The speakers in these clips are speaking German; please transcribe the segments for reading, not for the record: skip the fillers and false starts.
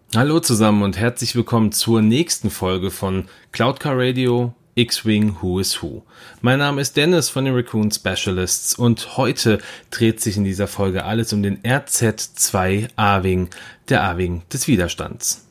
Hallo zusammen und herzlich willkommen zur nächsten Folge von Cloud Car Radio X-Wing Who is Who. Mein Name ist Dennis von den Raccoon Specialists und heute dreht sich in dieser Folge alles um den RZ-2 A-Wing, der A-Wing des Widerstands.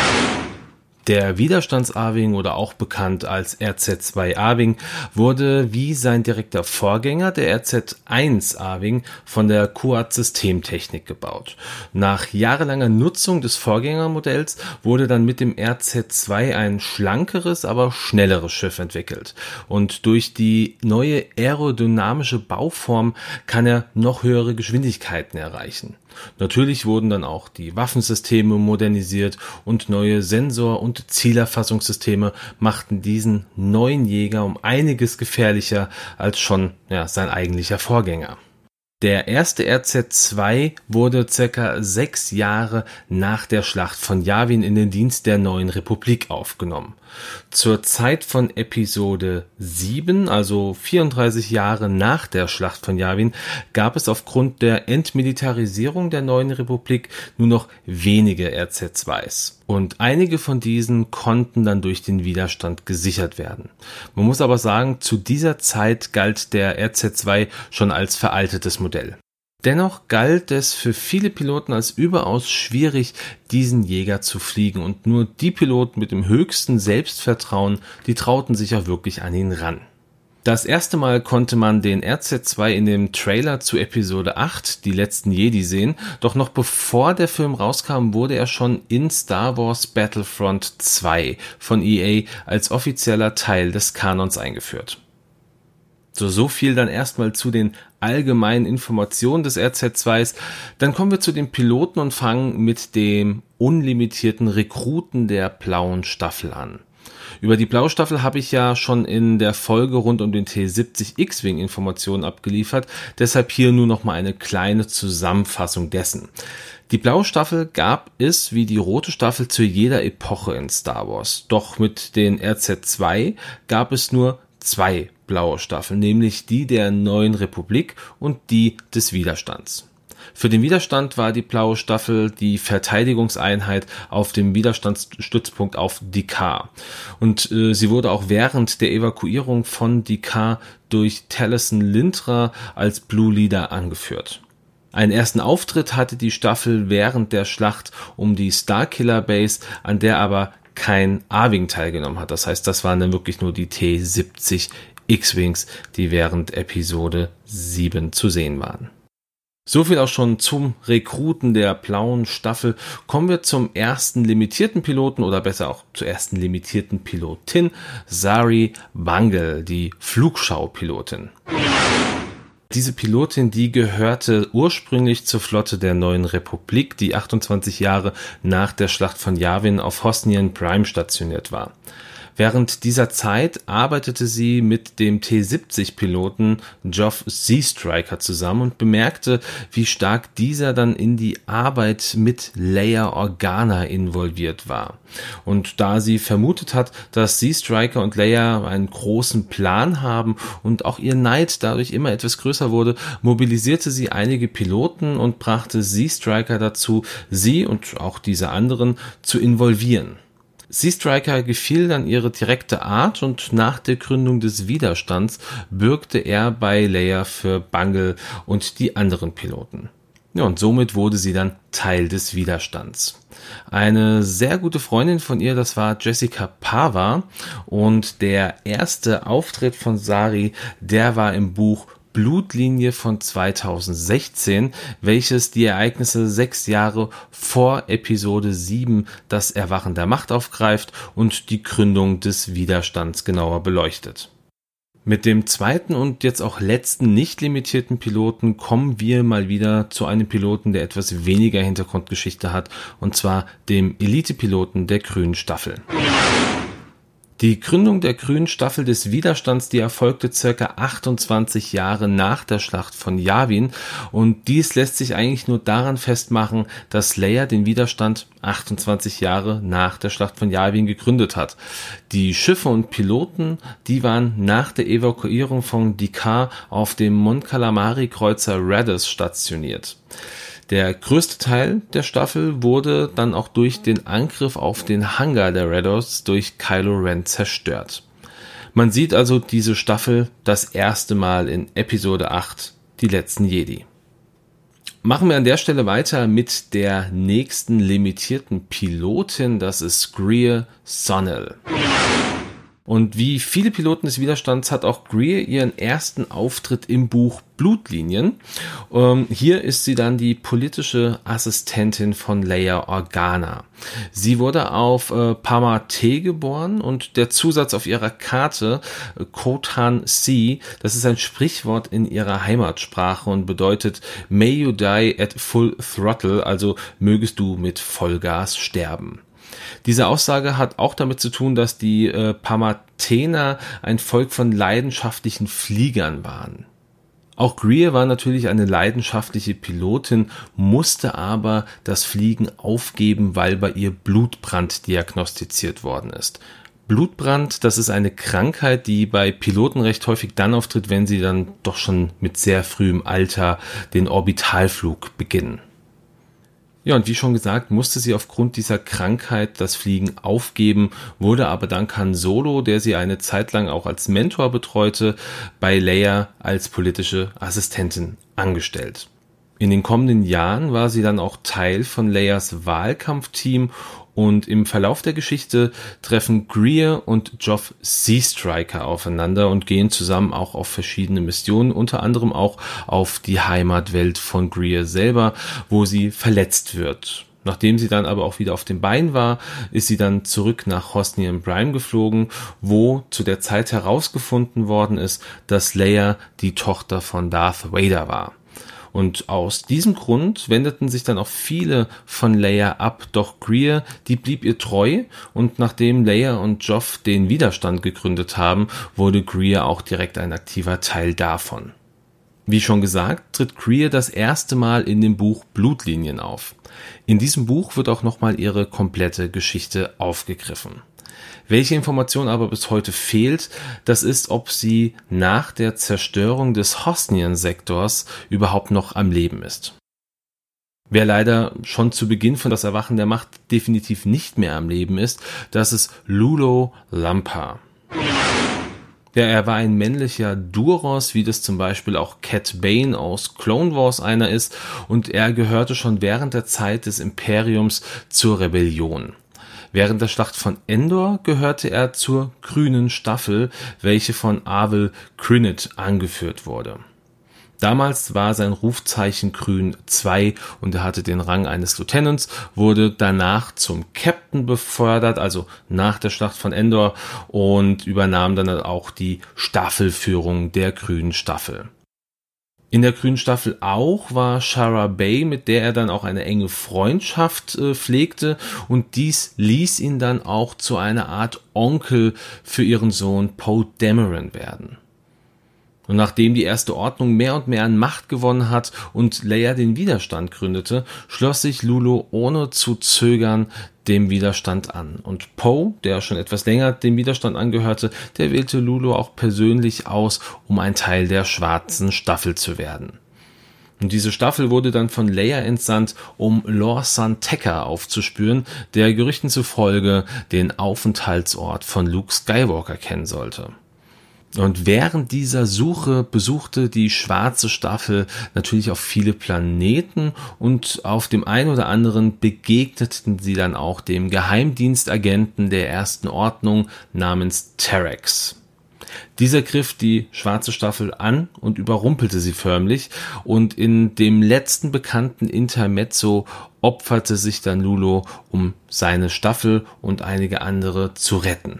Der Widerstands-A-Wing oder auch bekannt als RZ-2 A-Wing wurde wie sein direkter Vorgänger, der RZ-1 A-Wing, von der Kuat Systemtechnik gebaut. Nach jahrelanger Nutzung des Vorgängermodells wurde dann mit dem RZ-2 ein schlankeres, aber schnelleres Schiff entwickelt. Und durch die neue aerodynamische Bauform kann er noch höhere Geschwindigkeiten erreichen. Natürlich wurden dann auch die Waffensysteme modernisiert und neue Sensor- und Zielerfassungssysteme machten diesen neuen Jäger um einiges gefährlicher als schon sein eigentlicher Vorgänger. Der erste RZ-2 wurde ca. 6 Jahre nach der Schlacht von Yavin in den Dienst der Neuen Republik aufgenommen. Zur Zeit von Episode 7, also 34 Jahre nach der Schlacht von Yavin, gab es aufgrund der Entmilitarisierung der Neuen Republik nur noch wenige RZ-2s. Und einige von diesen konnten dann durch den Widerstand gesichert werden. Man muss aber sagen, zu dieser Zeit galt der RZ-2 schon als veraltetes Modell. Dennoch galt es für viele Piloten als überaus schwierig, diesen Jäger zu fliegen, und nur die Piloten mit dem höchsten Selbstvertrauen, die trauten sich auch wirklich an ihn ran. Das erste Mal konnte man den RZ-2 in dem Trailer zu Episode 8, die letzten Jedi, sehen, doch noch bevor der Film rauskam, wurde er schon in Star Wars Battlefront 2 von EA als offizieller Teil des Kanons eingeführt. So viel dann erstmal zu den allgemeinen Informationen des RZ-2s. Dann kommen wir zu den Piloten und fangen mit dem unlimitierten Rekruten der blauen Staffel an. Über die blaue Staffel habe ich ja schon in der Folge rund um den T-70 X-Wing Informationen abgeliefert, deshalb hier nur noch mal eine kleine Zusammenfassung dessen. Die blaue Staffel gab es wie die rote Staffel zu jeder Epoche in Star Wars, doch mit den RZ-2 gab es nur 2 blaue Staffeln, nämlich die der Neuen Republik und die des Widerstands. Für den Widerstand war die blaue Staffel die Verteidigungseinheit auf dem Widerstandsstützpunkt auf D'Qar. Und sie wurde auch während der Evakuierung von D'Qar durch Taliesin Lintra als Blue Leader angeführt. Einen ersten Auftritt hatte die Staffel während der Schlacht um die Starkiller Base, an der aber kein A-Wing teilgenommen hat. Das heißt, das waren dann wirklich nur die T-70 X-Wings, die während Episode 7 zu sehen waren. So viel auch schon zum Rekruten der blauen Staffel. Kommen wir zum ersten limitierten Piloten oder besser auch zur ersten limitierten Pilotin, Zari Bangle, die Flugschaupilotin. Diese Pilotin, die gehörte ursprünglich zur Flotte der Neuen Republik, die 28 Jahre nach der Schlacht von Yavin auf Hosnian Prime stationiert war. Während dieser Zeit arbeitete sie mit dem T-70-Piloten Geoff Seastriker zusammen und bemerkte, wie stark dieser dann in die Arbeit mit Leia Organa involviert war. Und da sie vermutet hat, dass Seastriker und Leia einen großen Plan haben und auch ihr Neid dadurch immer etwas größer wurde, mobilisierte sie einige Piloten und brachte Seastriker dazu, sie und auch diese anderen zu involvieren. Seastriker gefiel dann ihre direkte Art und nach der Gründung des Widerstands bürgte er bei Leia für Bangle und die anderen Piloten. Ja, und somit wurde sie dann Teil des Widerstands. Eine sehr gute Freundin von ihr, das war Jessica Pava, und der erste Auftritt von Zari, der war im Buch Blutlinie von 2016, welches die Ereignisse 6 Jahre vor Episode 7, das Erwachen der Macht, aufgreift und die Gründung des Widerstands genauer beleuchtet. Mit dem zweiten und jetzt auch letzten nicht limitierten Piloten kommen wir mal wieder zu einem Piloten, der etwas weniger Hintergrundgeschichte hat, und zwar dem Elite-Piloten der grünen Staffel. Die Gründung der grünen Staffel des Widerstands, die erfolgte ca. 28 Jahre nach der Schlacht von Yavin, und dies lässt sich eigentlich nur daran festmachen, dass Leia den Widerstand 28 Jahre nach der Schlacht von Yavin gegründet hat. Die Schiffe und Piloten, die waren nach der Evakuierung von D'Qar auf dem Mon Calamari Kreuzer Raddus stationiert. Der größte Teil der Staffel wurde dann auch durch den Angriff auf den Hangar der Rebels durch Kylo Ren zerstört. Man sieht also diese Staffel das erste Mal in Episode 8, die letzten Jedi. Machen wir an der Stelle weiter mit der nächsten limitierten Pilotin, das ist Greer Sonnel. Und wie viele Piloten des Widerstands hat auch Greer ihren ersten Auftritt im Buch Blutlinien. Hier ist sie dann die politische Assistentin von Leia Organa. Sie wurde auf Parma-T geboren und der Zusatz auf ihrer Karte Kotan-C, das ist ein Sprichwort in ihrer Heimatsprache und bedeutet May you die at full throttle, also mögest du mit Vollgas sterben. Diese Aussage hat auch damit zu tun, dass die Parmatener ein Volk von leidenschaftlichen Fliegern waren. Auch Greer war natürlich eine leidenschaftliche Pilotin, musste aber das Fliegen aufgeben, weil bei ihr Blutbrand diagnostiziert worden ist. Blutbrand, das ist eine Krankheit, die bei Piloten recht häufig dann auftritt, wenn sie dann doch schon mit sehr frühem Alter den Orbitalflug beginnen. Ja, und wie schon gesagt, musste sie aufgrund dieser Krankheit das Fliegen aufgeben, wurde aber dank Han Solo, der sie eine Zeit lang auch als Mentor betreute, bei Leia als politische Assistentin angestellt. In den kommenden Jahren war sie dann auch Teil von Leias Wahlkampfteam und im Verlauf der Geschichte treffen Greer und Joff Seastriker aufeinander und gehen zusammen auch auf verschiedene Missionen, unter anderem auch auf die Heimatwelt von Greer selber, wo sie verletzt wird. Nachdem sie dann aber auch wieder auf dem Bein war, ist sie dann zurück nach Hosnian Prime geflogen, wo zu der Zeit herausgefunden worden ist, dass Leia die Tochter von Darth Vader war. Und aus diesem Grund wendeten sich dann auch viele von Leia ab, doch Greer, die blieb ihr treu und nachdem Leia und Joff den Widerstand gegründet haben, wurde Greer auch direkt ein aktiver Teil davon. Wie schon gesagt, tritt Greer das erste Mal in dem Buch Blutlinien auf. In diesem Buch wird auch nochmal ihre komplette Geschichte aufgegriffen. Welche Information aber bis heute fehlt, das ist, ob sie nach der Zerstörung des Hosnian-Sektors überhaupt noch am Leben ist. Wer leider schon zu Beginn von Das Erwachen der Macht definitiv nicht mehr am Leben ist, das ist Lulo Lampa. Ja, er war ein männlicher Duros, wie das zum Beispiel auch Cat Bane aus Clone Wars einer ist, und er gehörte schon während der Zeit des Imperiums zur Rebellion. Während der Schlacht von Endor gehörte er zur grünen Staffel, welche von Arvel Crynyd angeführt wurde. Damals war sein Rufzeichen Grün 2 und er hatte den Rang eines Lieutenants, wurde danach zum Captain befördert, also nach der Schlacht von Endor, und übernahm dann auch die Staffelführung der grünen Staffel. In der grünen Staffel auch war Shara Bey, mit der er dann auch eine enge Freundschaft pflegte, und dies ließ ihn dann auch zu einer Art Onkel für ihren Sohn Poe Dameron werden. Und nachdem die Erste Ordnung mehr und mehr an Macht gewonnen hat und Leia den Widerstand gründete, schloss sich Lulo ohne zu zögern dem Widerstand an. Und Poe, der schon etwas länger dem Widerstand angehörte, der wählte Lulo auch persönlich aus, um ein Teil der schwarzen Staffel zu werden. Und diese Staffel wurde dann von Leia entsandt, um Lor San Tekka aufzuspüren, der Gerüchten zufolge den Aufenthaltsort von Luke Skywalker kennen sollte. Und während dieser Suche besuchte die schwarze Staffel natürlich auch viele Planeten und auf dem einen oder anderen begegneten sie dann auch dem Geheimdienstagenten der Ersten Ordnung namens Terex. Dieser griff die schwarze Staffel an und überrumpelte sie förmlich, und in dem letzten bekannten Intermezzo opferte sich dann Lulo, um seine Staffel und einige andere zu retten.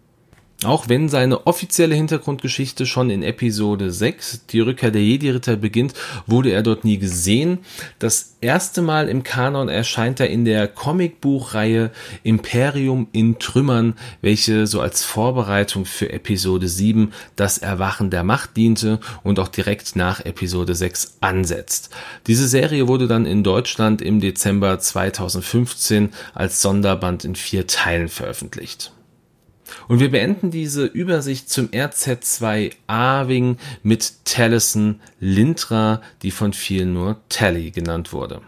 Auch wenn seine offizielle Hintergrundgeschichte schon in Episode 6, die Rückkehr der Jedi-Ritter, beginnt, wurde er dort nie gesehen. Das erste Mal im Kanon erscheint er in der Comicbuchreihe Imperium in Trümmern, welche so als Vorbereitung für Episode 7, das Erwachen der Macht, diente und auch direkt nach Episode 6 ansetzt. Diese Serie wurde dann in Deutschland im Dezember 2015 als Sonderband in 4 Teilen veröffentlicht. Und wir beenden diese Übersicht zum RZ2 A-Wing mit Taliesin Lintra, die von vielen nur Tally genannt wurde.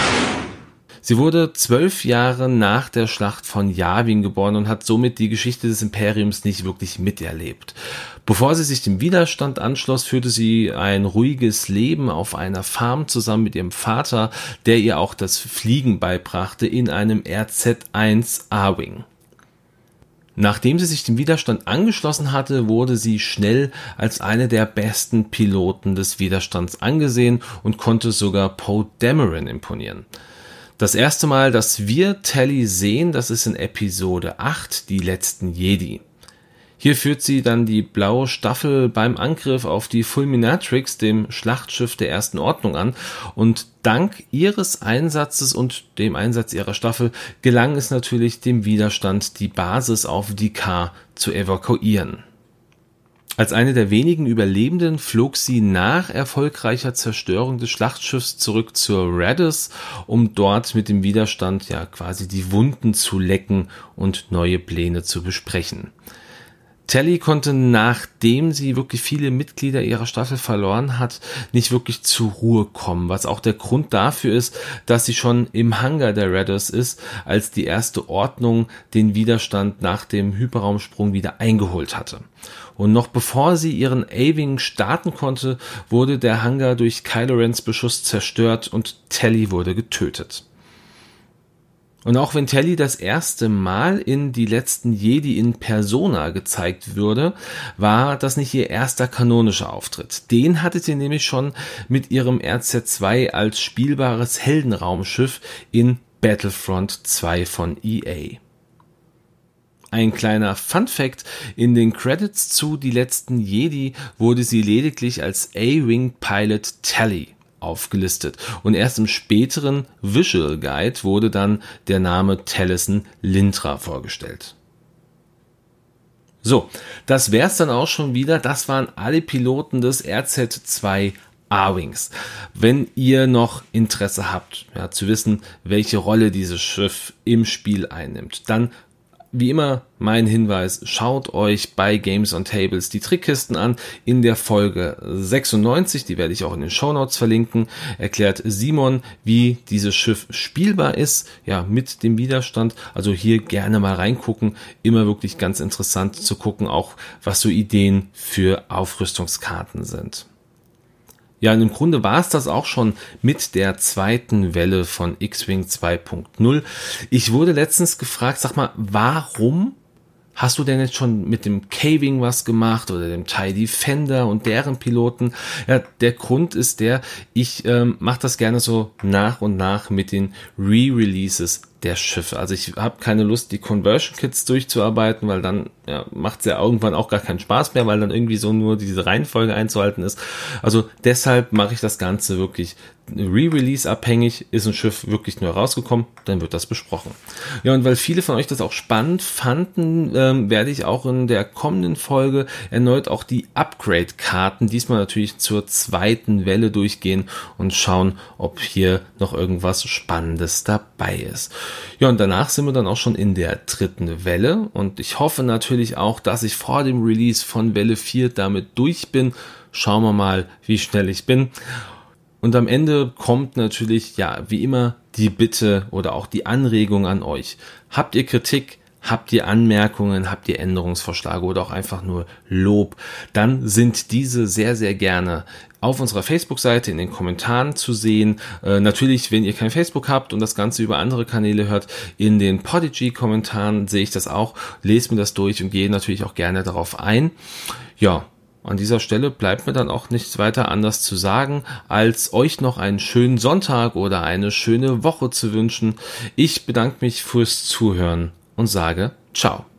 Sie wurde 12 Jahre nach der Schlacht von Yavin geboren und hat somit die Geschichte des Imperiums nicht wirklich miterlebt. Bevor sie sich dem Widerstand anschloss, führte sie ein ruhiges Leben auf einer Farm zusammen mit ihrem Vater, der ihr auch das Fliegen beibrachte in einem RZ-1 A-Wing. Nachdem sie sich dem Widerstand angeschlossen hatte, wurde sie schnell als eine der besten Piloten des Widerstands angesehen und konnte sogar Poe Dameron imponieren. Das erste Mal, dass wir Tally sehen, das ist in Episode 8, die letzten Jedi. Hier führt sie dann die blaue Staffel beim Angriff auf die Fulminatrix, dem Schlachtschiff der Ersten Ordnung, an, und dank ihres Einsatzes und dem Einsatz ihrer Staffel gelang es natürlich dem Widerstand, die Basis auf D'Qar zu evakuieren. Als eine der wenigen Überlebenden flog sie nach erfolgreicher Zerstörung des Schlachtschiffs zurück zur Raddus, um dort mit dem Widerstand quasi die Wunden zu lecken und neue Pläne zu besprechen. Tally konnte, nachdem sie wirklich viele Mitglieder ihrer Staffel verloren hat, nicht wirklich zur Ruhe kommen, was auch der Grund dafür ist, dass sie schon im Hangar der Raddus ist, als die Erste Ordnung den Widerstand nach dem Hyperraumsprung wieder eingeholt hatte. Und noch bevor sie ihren A-Wing starten konnte, wurde der Hangar durch Kylo Rens Beschuss zerstört und Tally wurde getötet. Und auch wenn Tally das erste Mal in Die letzten Jedi in Persona gezeigt würde, war das nicht ihr erster kanonischer Auftritt. Den hatte sie nämlich schon mit ihrem RZ-2 als spielbares Heldenraumschiff in Battlefront 2 von EA. Ein kleiner Fun-Fact: In den Credits zu Die letzten Jedi wurde sie lediglich als A-Wing Pilot Tally aufgelistet und erst im späteren Visual Guide wurde dann der Name Taliesin Lintra vorgestellt. So, das wär's dann auch schon wieder. Das waren alle Piloten des RZ-2 A-Wings. Wenn ihr noch Interesse habt, zu wissen, welche Rolle dieses Schiff im Spiel einnimmt, dann wie immer mein Hinweis: Schaut euch bei Games on Tables die Trickkisten an. In der Folge 96, die werde ich auch in den Shownotes verlinken, erklärt Simon, wie dieses Schiff spielbar ist, mit dem Widerstand. Also hier gerne mal reingucken. Immer wirklich ganz interessant zu gucken, auch was so Ideen für Aufrüstungskarten sind. Ja, und im Grunde war es das auch schon mit der zweiten Welle von X-Wing 2.0. Ich wurde letztens gefragt, sag mal, warum hast du denn jetzt schon mit dem K-Wing was gemacht oder dem TIE Defender und deren Piloten? Ja, der Grund ist ich mache das gerne so nach und nach mit den Re-Releases der Schiffe. Also ich habe keine Lust, die Conversion Kits durchzuarbeiten, weil dann macht es ja irgendwann auch gar keinen Spaß mehr, weil dann irgendwie so nur diese Reihenfolge einzuhalten ist. Also deshalb mache ich das Ganze wirklich Re-Release abhängig. Ist ein Schiff wirklich neu rausgekommen, dann wird das besprochen. Ja, und weil viele von euch das auch spannend fanden, werde ich auch in der kommenden Folge erneut auch die Upgrade-Karten, diesmal natürlich zur zweiten Welle, durchgehen und schauen, ob hier noch irgendwas Spannendes dabei ist. Ja, und danach sind wir dann auch schon in der dritten Welle und ich hoffe natürlich auch, dass ich vor dem Release von Welle 4 damit durch bin. Schauen wir mal, wie schnell ich bin. Und am Ende kommt natürlich, wie immer, die Bitte oder auch die Anregung an euch. Habt ihr Kritik? Habt ihr Anmerkungen? Habt ihr Änderungsvorschläge oder auch einfach nur Lob? Dann sind diese sehr, sehr gerne auf unserer Facebook-Seite in den Kommentaren zu sehen. Natürlich, wenn ihr kein Facebook habt und das Ganze über andere Kanäle hört, in den Podigy-Kommentaren sehe ich das auch, lese mir das durch und gehe natürlich auch gerne darauf ein. Ja, an dieser Stelle bleibt mir dann auch nichts weiter anders zu sagen, als euch noch einen schönen Sonntag oder eine schöne Woche zu wünschen. Ich bedanke mich fürs Zuhören und sage ciao.